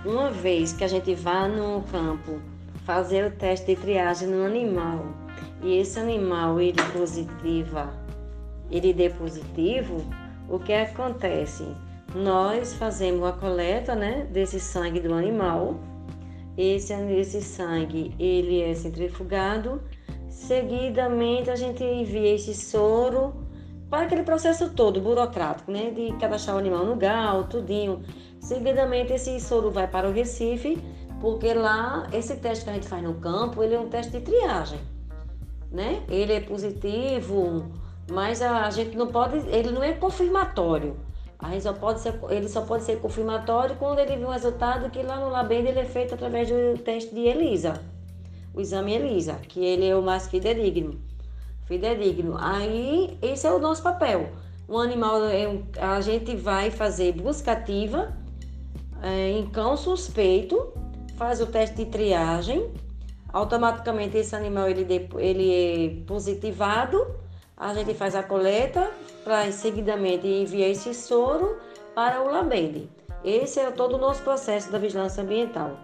Uma vez que a gente vá no campo fazer o teste de triagem no animal e esse animal ele dê positivo, o que acontece? Nós fazemos a coleta, né, desse sangue do animal. Esse sangue ele é centrifugado. Seguidamente a gente envia esse soro para aquele processo todo burocrático, né, de cadastrar o animal no GAL, tudinho. Seguidamente esse soro vai para o Recife, porque lá esse teste que a gente faz no campo, ele é um teste de triagem, né? Ele é positivo, mas a gente não pode, ele não é confirmatório. Ele só pode ser confirmatório quando ele viu um resultado que lá no Labend ele é feito através do teste de ELISA, o exame ELISA, que ele é o mais fidedigno. Aí, esse é o nosso papel. O animal, a gente vai fazer busca ativa em cão suspeito, faz o teste de triagem, automaticamente esse animal ele é positivado, a gente faz a coleta para seguidamente enviar esse soro para o Labend. Esse é todo o nosso processo da vigilância ambiental.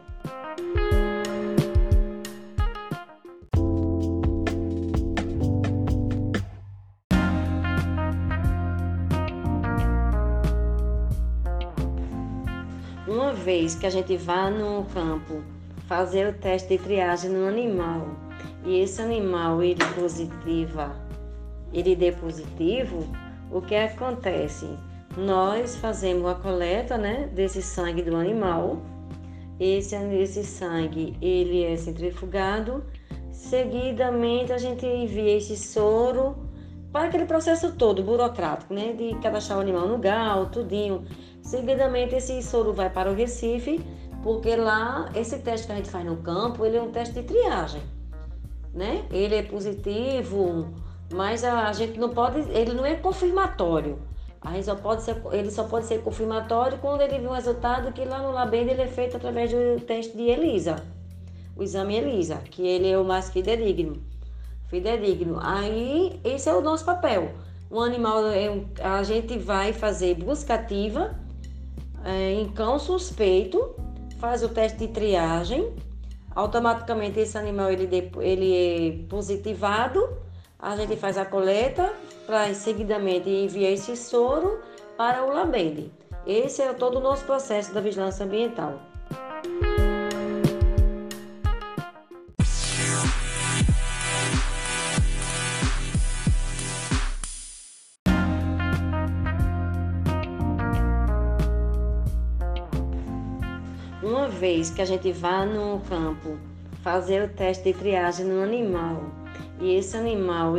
Uma vez que a gente vá no campo fazer o teste de triagem no animal e esse animal ele dê positivo, o que acontece? Nós fazemos a coleta, né, desse sangue do animal. Esse sangue ele é centrifugado. Seguidamente a gente envia esse soro para aquele processo todo burocrático, né, de cadastrar o animal no GAL, tudinho. Seguidamente esse soro vai para o Recife, porque lá esse teste que a gente faz no campo, ele é um teste de triagem, né? Ele é positivo, mas a gente não pode, ele não é confirmatório. Ele só pode ser confirmatório quando ele viu um resultado que lá no Labend ele é feito através do teste de ELISA, o exame ELISA, que ele é o mais fidedigno. Aí, esse é o nosso papel. O animal, a gente vai fazer busca ativa em cão suspeito, faz o teste de triagem, automaticamente esse animal ele é positivado, a gente faz a coleta para seguidamente enviar esse soro para o Labend. Esse é todo o nosso processo da vigilância ambiental. Uma vez que a gente vá no campo fazer o teste de triagem no animal e esse animal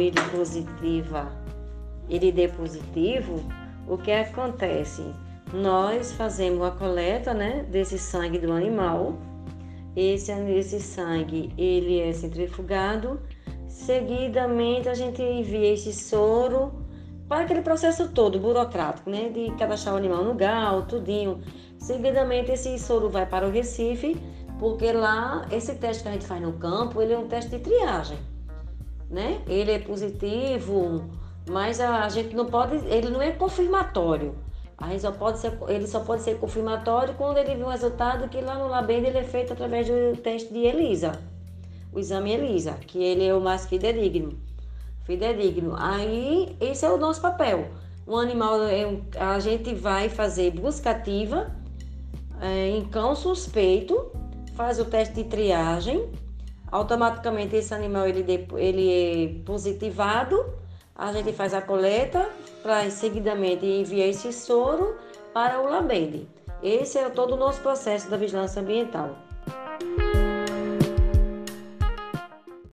ele dê positivo, o que acontece? Nós fazemos a coleta, né, desse sangue do animal. Esse sangue ele é centrifugado. Seguidamente a gente envia esse soro para aquele processo todo burocrático, né, de cadastrar o animal no GAL, tudinho. Seguidamente esse soro vai para o Recife, porque lá esse teste que a gente faz no campo, ele é um teste de triagem, né? Ele é positivo, mas a gente não pode, ele não é confirmatório. Ele só pode ser confirmatório quando ele viu um resultado que lá no Labend ele é feito através do teste de ELISA, o exame ELISA, que ele é o mais fidedigno. Aí, esse é o nosso papel. O animal, a gente vai fazer busca ativa em cão suspeito, faz o teste de triagem, automaticamente esse animal ele é positivado, a gente faz a coleta para seguidamente enviar esse soro para o Labend. Esse é todo o nosso processo da vigilância ambiental.